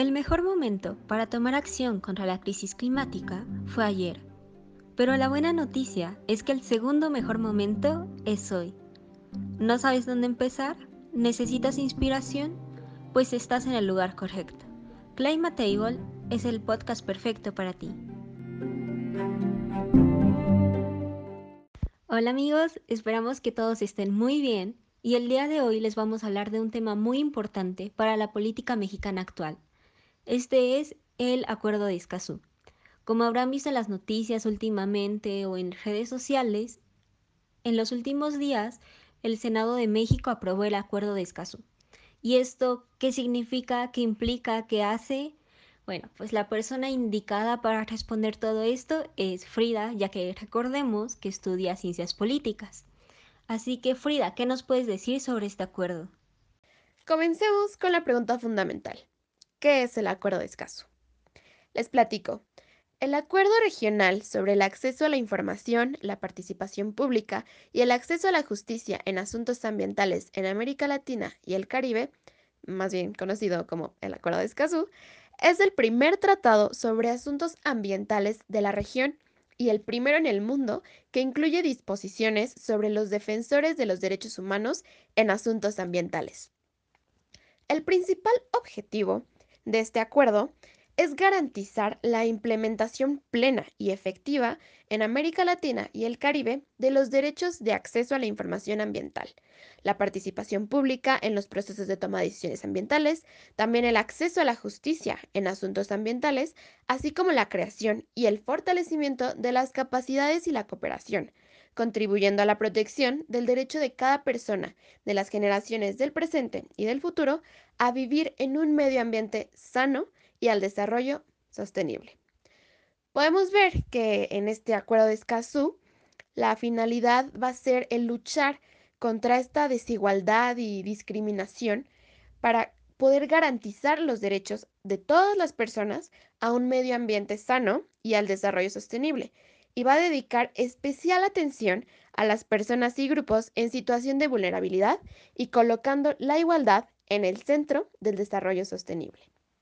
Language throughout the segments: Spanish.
El mejor momento para tomar acción contra la crisis climática fue ayer, pero la buena noticia es que el segundo mejor momento es hoy. ¿No sabes dónde empezar? ¿Necesitas inspiración? Pues estás en el lugar correcto. Climatable es el podcast perfecto para ti. Hola amigos, esperamos que todos estén muy bien y el día de hoy les vamos a hablar de un tema muy importante para la política mexicana actual. Este es el Acuerdo de Escazú. Como habrán visto en las noticias últimamente o en redes sociales, en los últimos días el Senado de México aprobó el Acuerdo de Escazú. ¿Y esto qué significa, qué implica, qué hace? Bueno, pues la persona indicada para responder todo esto es Frida, ya que recordemos que estudia ciencias políticas. Así que Frida, ¿qué nos puedes decir sobre este acuerdo? Comencemos con la pregunta fundamental. ¿Qué es el Acuerdo de Escazú? Les platico. El Acuerdo Regional sobre el acceso a la información, la participación pública y el acceso a la justicia en asuntos ambientales en América Latina y el Caribe, más bien conocido como el Acuerdo de Escazú, es el primer tratado sobre asuntos ambientales de la región y el primero en el mundo que incluye disposiciones sobre los defensores de los derechos humanos en asuntos ambientales. El principal objetivo de este acuerdo es garantizar la implementación plena y efectiva en América Latina y el Caribe de los derechos de acceso a la información ambiental, la participación pública en los procesos de toma de decisiones ambientales, también el acceso a la justicia en asuntos ambientales, así como la creación y el fortalecimiento de las capacidades y la cooperación, contribuyendo a la protección del derecho de cada persona, de las generaciones del presente y del futuro, a vivir en un medio ambiente sano y al desarrollo sostenible. Podemos ver que en este acuerdo de Escazú, la finalidad va a ser el luchar contra esta desigualdad y discriminación para poder garantizar los derechos de todas las personas a un medio ambiente sano y al desarrollo sostenible. Y va a dedicar especial atención a las personas y grupos en situación de vulnerabilidad y colocando la igualdad en el centro del desarrollo sostenible.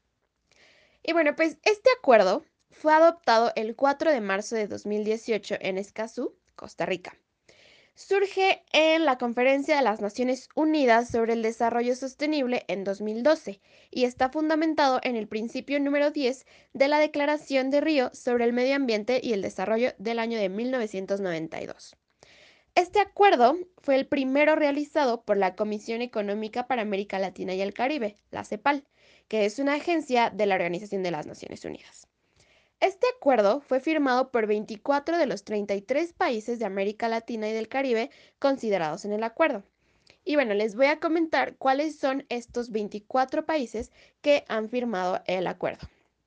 Y bueno, pues este acuerdo fue adoptado el 4 de marzo de 2018 en Escazú, Costa Rica. Surge en la Conferencia de las Naciones Unidas sobre el Desarrollo Sostenible en 2012 y está fundamentado en el principio número 10 de la Declaración de Río sobre el Medio Ambiente y el Desarrollo del año de 1992. Este acuerdo fue el primero realizado por la Comisión Económica para América Latina y el Caribe, la CEPAL, que es una agencia de la Organización de las Naciones Unidas. Este acuerdo fue firmado por 24 de los 33 países de América Latina y del Caribe considerados en el acuerdo. Y bueno, les voy a comentar cuáles son estos 24 países que han firmado el acuerdo.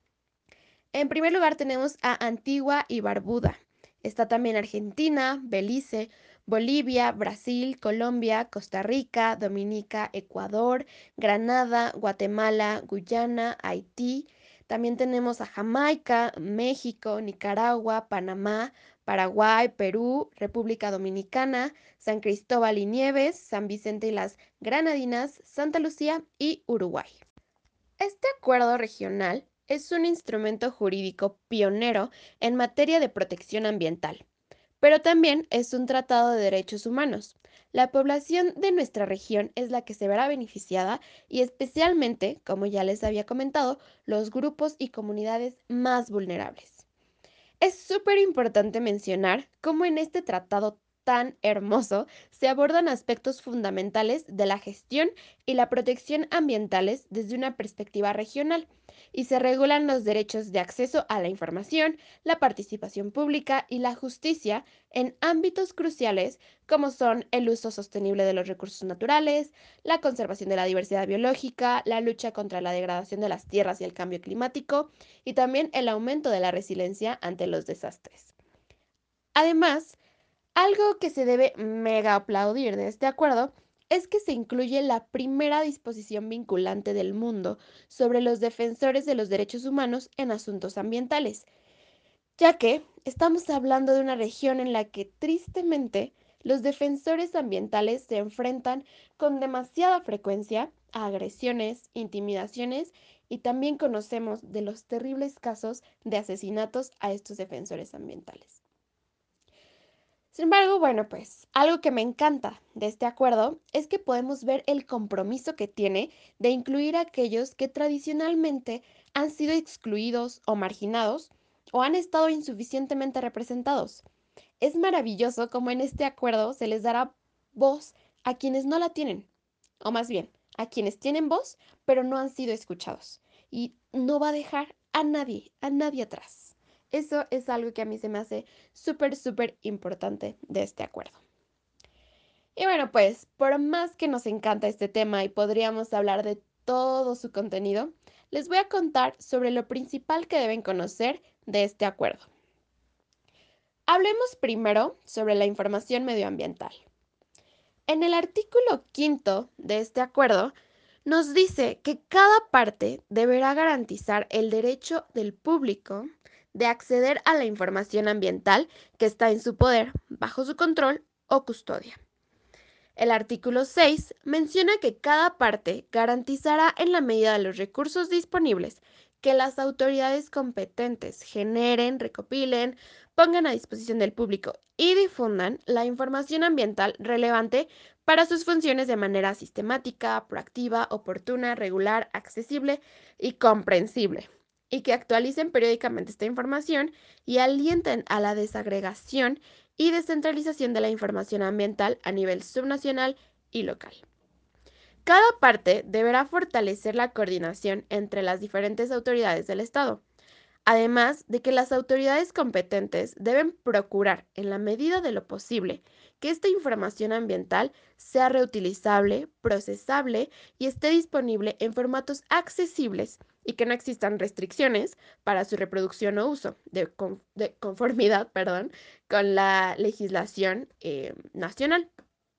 En primer lugar tenemos a Antigua y Barbuda. Está también Argentina, Belice, Bolivia, Brasil, Colombia, Costa Rica, Dominica, Ecuador, Granada, Guatemala, Guyana, Haití. También tenemos a Jamaica, México, Nicaragua, Panamá, Paraguay, Perú, República Dominicana, San Cristóbal y Nieves, San Vicente y las Granadinas, Santa Lucía y Uruguay. Este acuerdo regional es un instrumento jurídico pionero en materia de protección ambiental, pero también es un tratado de derechos humanos. La población de nuestra región es la que se verá beneficiada y especialmente, como ya les había comentado, los grupos y comunidades más vulnerables. Es súper importante mencionar cómo en este tratado tan hermoso se abordan aspectos fundamentales de la gestión y la protección ambientales desde una perspectiva regional y se regulan los derechos de acceso a la información, la participación pública y la justicia en ámbitos cruciales como son el uso sostenible de los recursos naturales, la conservación de la diversidad biológica, la lucha contra la degradación de las tierras y el cambio climático, y también el aumento de la resiliencia ante los desastres. Además, algo que se debe mega aplaudir de este acuerdo es que se incluye la primera disposición vinculante del mundo sobre los defensores de los derechos humanos en asuntos ambientales, ya que estamos hablando de una región en la que tristemente los defensores ambientales se enfrentan con demasiada frecuencia a agresiones, intimidaciones y también conocemos de los terribles casos de asesinatos a estos defensores ambientales. Sin embargo, bueno, pues algo que me encanta de este acuerdo es que podemos ver el compromiso que tiene de incluir a aquellos que tradicionalmente han sido excluidos o marginados o han estado insuficientemente representados. Es maravilloso cómo en este acuerdo se les dará voz a quienes no la tienen, o más bien, a quienes tienen voz, pero no han sido escuchados. Y no va a dejar a nadie atrás. Eso es algo que a mí se me hace súper, súper importante de este acuerdo. Y bueno, pues, por más que nos encanta este tema y podríamos hablar de todo su contenido, les voy a contar sobre lo principal que deben conocer de este acuerdo. Hablemos primero sobre la información medioambiental. En el artículo quinto de este acuerdo, nos dice que cada parte deberá garantizar el derecho del público de acceder a la información ambiental que está en su poder, bajo su control o custodia. El artículo 6 menciona que cada parte garantizará en la medida de los recursos disponibles que las autoridades competentes generen, recopilen, pongan a disposición del público y difundan la información ambiental relevante para sus funciones de manera sistemática, proactiva, oportuna, regular, accesible y comprensible, y que actualicen periódicamente esta información y alienten a la desagregación y descentralización de la información ambiental a nivel subnacional y local. Cada parte deberá fortalecer la coordinación entre las diferentes autoridades del Estado, además de que las autoridades competentes deben procurar, en la medida de lo posible, que esta información ambiental sea reutilizable, procesable y esté disponible en formatos accesibles y que no existan restricciones para su reproducción o uso, de conformidad, perdón, con la legislación nacional.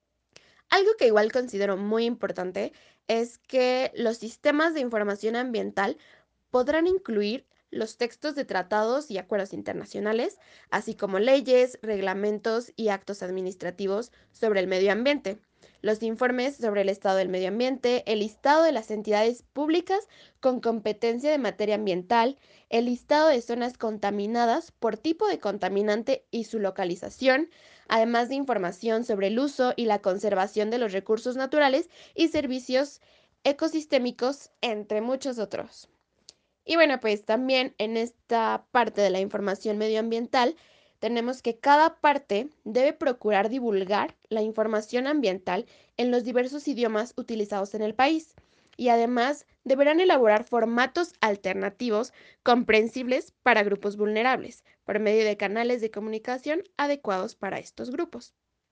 Algo que igual considero muy importante es que los sistemas de información ambiental podrán incluir los textos de tratados y acuerdos internacionales, así como leyes, reglamentos y actos administrativos sobre el medio ambiente, los informes sobre el estado del medio ambiente, el listado de las entidades públicas con competencia de materia ambiental, el listado de zonas contaminadas por tipo de contaminante y su localización, además de información sobre el uso y la conservación de los recursos naturales y servicios ecosistémicos, entre muchos otros. Y bueno, pues también en esta parte de la información medioambiental, tenemos que cada parte debe procurar divulgar la información ambiental en los diversos idiomas utilizados en el país. Y además deberán elaborar formatos alternativos comprensibles para grupos vulnerables, por medio de canales de comunicación adecuados para estos grupos.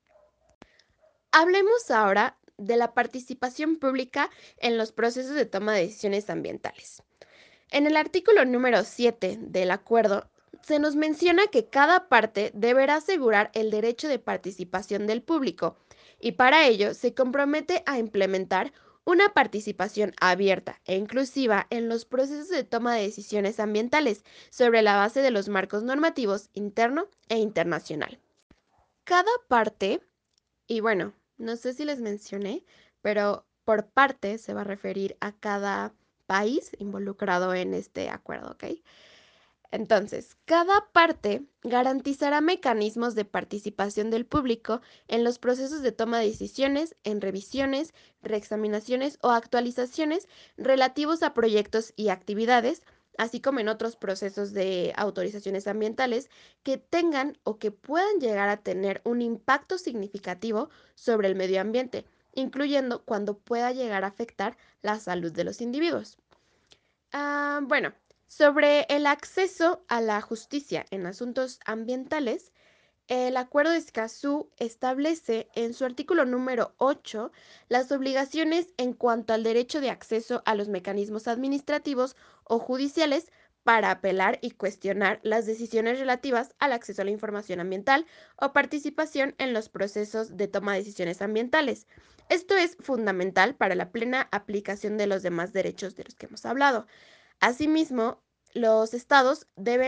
Hablemos ahora de la participación pública en los procesos de toma de decisiones ambientales. En el artículo número 7 del acuerdo, se nos menciona que cada parte deberá asegurar el derecho de participación del público y para ello se compromete a implementar una participación abierta e inclusiva en los procesos de toma de decisiones ambientales sobre la base de los marcos normativos interno e internacional. Cada parte, y bueno, no sé si les mencioné, pero por parte se va a referir a cada país involucrado en este acuerdo, ¿ok? Entonces, cada parte garantizará mecanismos de participación del público en los procesos de toma de decisiones, en revisiones, reexaminaciones o actualizaciones relativos a proyectos y actividades, así como en otros procesos de autorizaciones ambientales que tengan o que puedan llegar a tener un impacto significativo sobre el medio ambiente, incluyendo cuando pueda llegar a afectar la salud de los individuos. Bueno, sobre el acceso a la justicia en asuntos ambientales, el Acuerdo de Escazú establece en su artículo número 8 las obligaciones en cuanto al derecho de acceso a los mecanismos administrativos o judiciales para apelar y cuestionar las decisiones relativas al acceso a la información ambiental o participación en los procesos de toma de decisiones ambientales. Esto es fundamental para la plena aplicación de los demás derechos de los que hemos hablado. Asimismo, los estados deben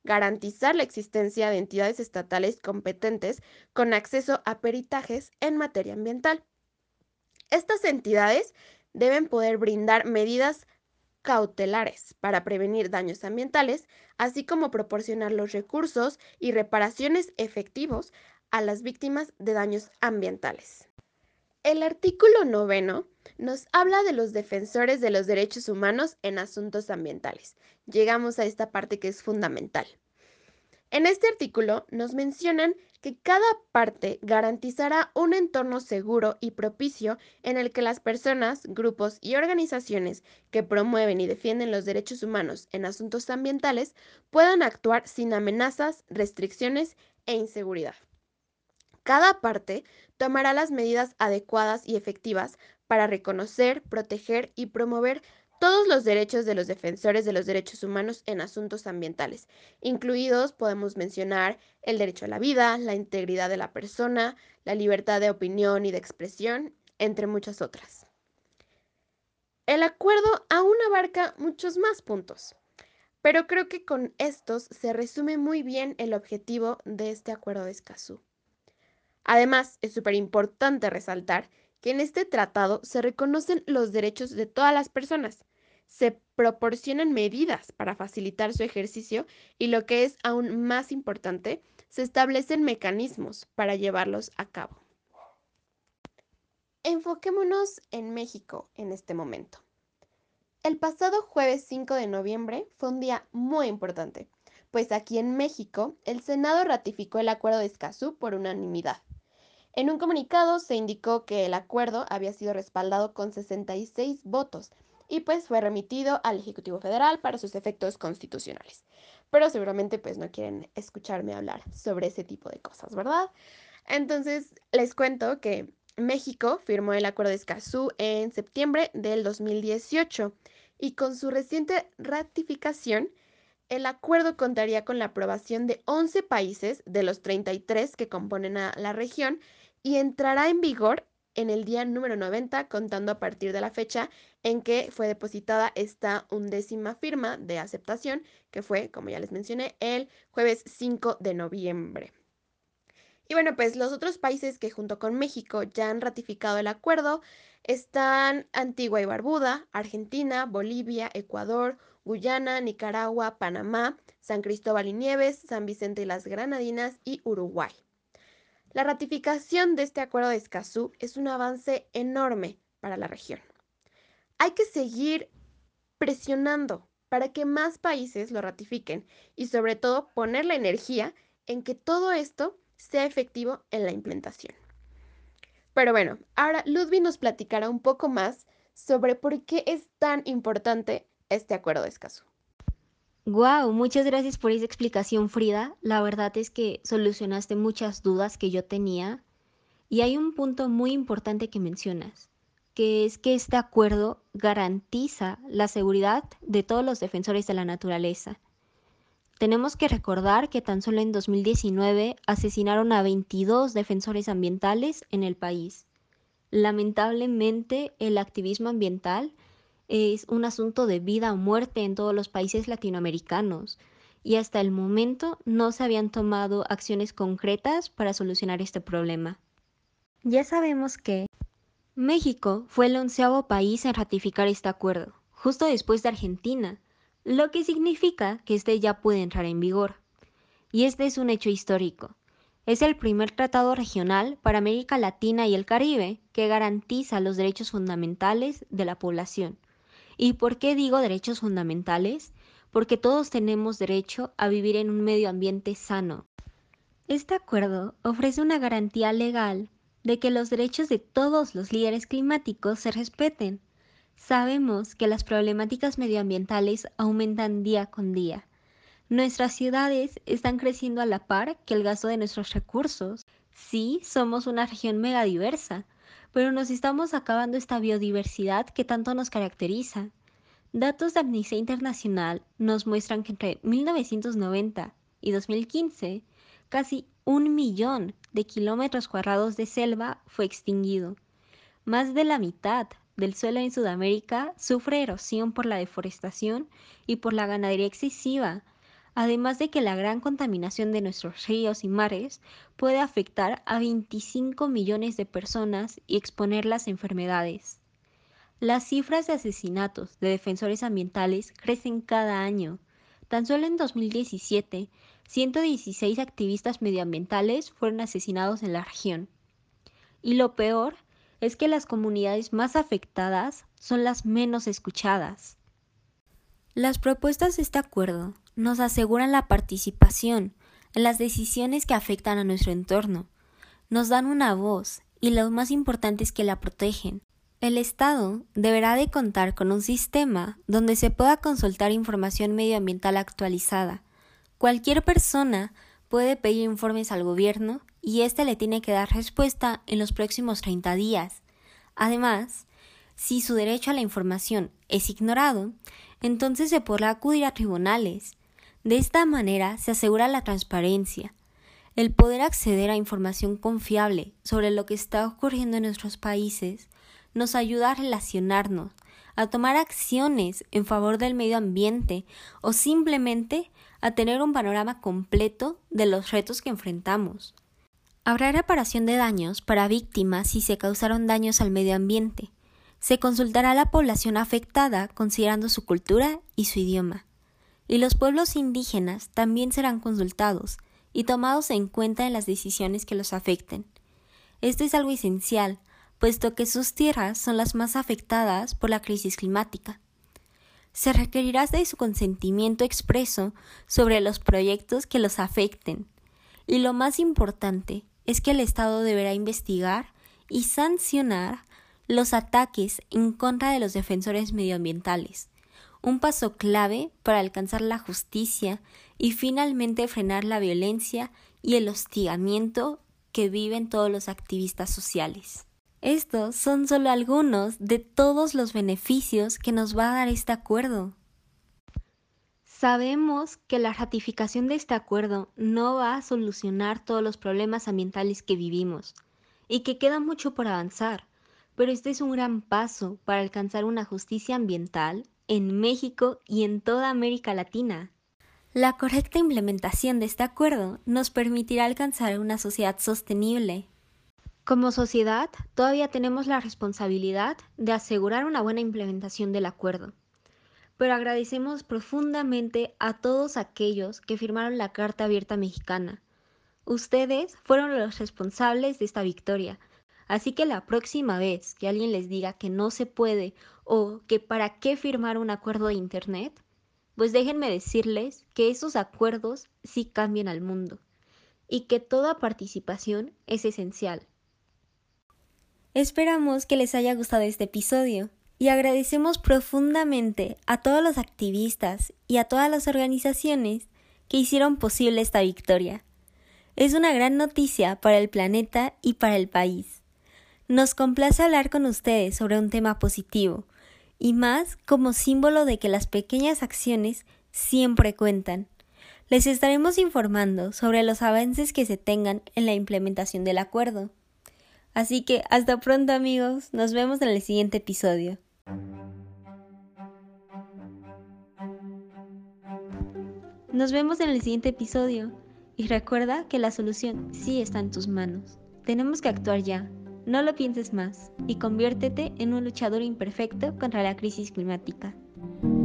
garantizar la existencia de entidades estatales competentes con acceso a peritajes en materia ambiental. Estas entidades deben poder brindar medidas cautelares para prevenir daños ambientales, así como proporcionar los recursos y reparaciones efectivos a las víctimas de daños ambientales. El artículo 9 nos habla de los defensores de los derechos humanos en asuntos ambientales. Llegamos a esta parte que es fundamental. En este artículo nos mencionan que cada parte garantizará un entorno seguro y propicio en el que las personas, grupos y organizaciones que promueven y defienden los derechos humanos en asuntos ambientales puedan actuar sin amenazas, restricciones e inseguridad. Cada parte tomará las medidas adecuadas y efectivas para reconocer, proteger y promover todos los derechos de los defensores de los derechos humanos en asuntos ambientales. Incluidos podemos mencionar el derecho a la vida, la integridad de la persona, la libertad de opinión y de expresión, entre muchas otras. El acuerdo aún abarca muchos más puntos, pero creo que con estos se resume muy bien el objetivo de este acuerdo de Escazú. Además, es súper importante resaltar que en este tratado se reconocen los derechos de todas las personas, se proporcionan medidas para facilitar su ejercicio y, lo que es aún más importante, se establecen mecanismos para llevarlos a cabo. Enfoquémonos en México en este momento. El pasado jueves 5 de noviembre fue un día muy importante, pues aquí en México el Senado ratificó el Acuerdo de Escazú por unanimidad. En un comunicado se indicó que el acuerdo había sido respaldado con 66 votos y pues fue remitido al Ejecutivo Federal para sus efectos constitucionales. Pero seguramente pues no quieren escucharme hablar sobre ese tipo de cosas, ¿verdad? Entonces les cuento que México firmó el Acuerdo de Escazú en septiembre del 2018 y con su reciente ratificación el acuerdo contaría con la aprobación de 11 países de los 33 que componen a la región y entrará en vigor en el día número 90, contando a partir de la fecha en que fue depositada esta 11ª firma de aceptación, que fue, como ya les mencioné, el jueves 5 de noviembre. Y bueno, pues los otros países que junto con México ya han ratificado el acuerdo están Antigua y Barbuda, Argentina, Bolivia, Ecuador, Guyana, Nicaragua, Panamá, San Cristóbal y Nieves, San Vicente y las Granadinas y Uruguay. La ratificación de este acuerdo de Escazú es un avance enorme para la región. Hay que seguir presionando para que más países lo ratifiquen y, sobre todo, poner la energía en que todo esto sea efectivo en la implementación. Pero bueno, ahora Ludwig nos platicará un poco más sobre por qué es tan importante este acuerdo de Escazú. Wow, muchas gracias por esa explicación, Frida. La verdad es que solucionaste muchas dudas que yo tenía. Y hay un punto muy importante que mencionas, que es que este acuerdo garantiza la seguridad de todos los defensores de la naturaleza. Tenemos que recordar que tan solo en 2019 asesinaron a 22 defensores ambientales en el país. Lamentablemente, el activismo ambiental es un asunto de vida o muerte en todos los países latinoamericanos y hasta el momento no se habían tomado acciones concretas para solucionar este problema. Ya sabemos que México fue el 11º país en ratificar este acuerdo, justo después de Argentina, lo que significa que este ya puede entrar en vigor. Y este es un hecho histórico. Es el primer tratado regional para América Latina y el Caribe que garantiza los derechos fundamentales de la población. ¿Y por qué digo derechos fundamentales? Porque todos tenemos derecho a vivir en un medio ambiente sano. Este acuerdo ofrece una garantía legal de que los derechos de todos los líderes climáticos se respeten. Sabemos que las problemáticas medioambientales aumentan día con día. Nuestras ciudades están creciendo a la par que el gasto de nuestros recursos. Sí, somos una región megadiversa, pero nos estamos acabando esta biodiversidad que tanto nos caracteriza. Datos de Amnistía Internacional nos muestran que entre 1990 y 2015, casi 1 millón de kilómetros cuadrados de selva fue extinguido. Más de la mitad del suelo en Sudamérica sufre erosión por la deforestación y por la ganadería excesiva. además de que la gran contaminación de nuestros ríos y mares puede afectar a 25 millones de personas y exponerlas a enfermedades. Las cifras de asesinatos de defensores ambientales crecen cada año. Tan solo en 2017, 116 activistas medioambientales fueron asesinados en la región. Y lo peor es que las comunidades más afectadas son las menos escuchadas. Las propuestas de este acuerdo nos aseguran la participación en las decisiones que afectan a nuestro entorno, nos dan una voz y lo más importante es que la protegen. El Estado deberá de contar con un sistema donde se pueda consultar información medioambiental actualizada. Cualquier persona puede pedir informes al gobierno y éste le tiene que dar respuesta en los próximos 30 días. Además, si su derecho a la información es ignorado, entonces se podrá acudir a tribunales. De esta manera se asegura la transparencia, el poder acceder a información confiable sobre lo que está ocurriendo en nuestros países nos ayuda a relacionarnos, a tomar acciones en favor del medio ambiente o simplemente a tener un panorama completo de los retos que enfrentamos. Habrá reparación de daños para víctimas si se causaron daños al medio ambiente. Se consultará a la población afectada considerando su cultura y su idioma. Y los pueblos indígenas también serán consultados y tomados en cuenta en las decisiones que los afecten. Esto es algo esencial, puesto que sus tierras son las más afectadas por la crisis climática. Se requerirá de su consentimiento expreso sobre los proyectos que los afecten. Y lo más importante es que el Estado deberá investigar y sancionar los ataques en contra de los defensores medioambientales, un paso clave para alcanzar la justicia y finalmente frenar la violencia y el hostigamiento que viven todos los activistas sociales. Estos son solo algunos de todos los beneficios que nos va a dar este acuerdo. Sabemos que la ratificación de este acuerdo no va a solucionar todos los problemas ambientales que vivimos y que queda mucho por avanzar, pero este es un gran paso para alcanzar una justicia ambiental en México y en toda América Latina. La correcta implementación de este acuerdo nos permitirá alcanzar una sociedad sostenible. Como sociedad, todavía tenemos la responsabilidad de asegurar una buena implementación del acuerdo, pero agradecemos profundamente a todos aquellos que firmaron la Carta Abierta Mexicana. Ustedes fueron los responsables de esta victoria, así que la próxima vez que alguien les diga que no se puede o que para qué firmar un acuerdo de Internet, pues déjenme decirles que esos acuerdos sí cambian al mundo y que toda participación es esencial. Esperamos que les haya gustado este episodio y agradecemos profundamente a todos los activistas y a todas las organizaciones que hicieron posible esta victoria. Es una gran noticia para el planeta y para el país. Nos complace hablar con ustedes sobre un tema positivo y más como símbolo de que las pequeñas acciones siempre cuentan. Les estaremos informando sobre los avances que se tengan en la implementación del acuerdo. Así que hasta pronto amigos, nos vemos en el siguiente episodio. Nos vemos en el siguiente episodio y recuerda que la solución sí está en tus manos. Tenemos que actuar ya, no lo pienses más y conviértete en un luchador imperfecto contra la crisis climática.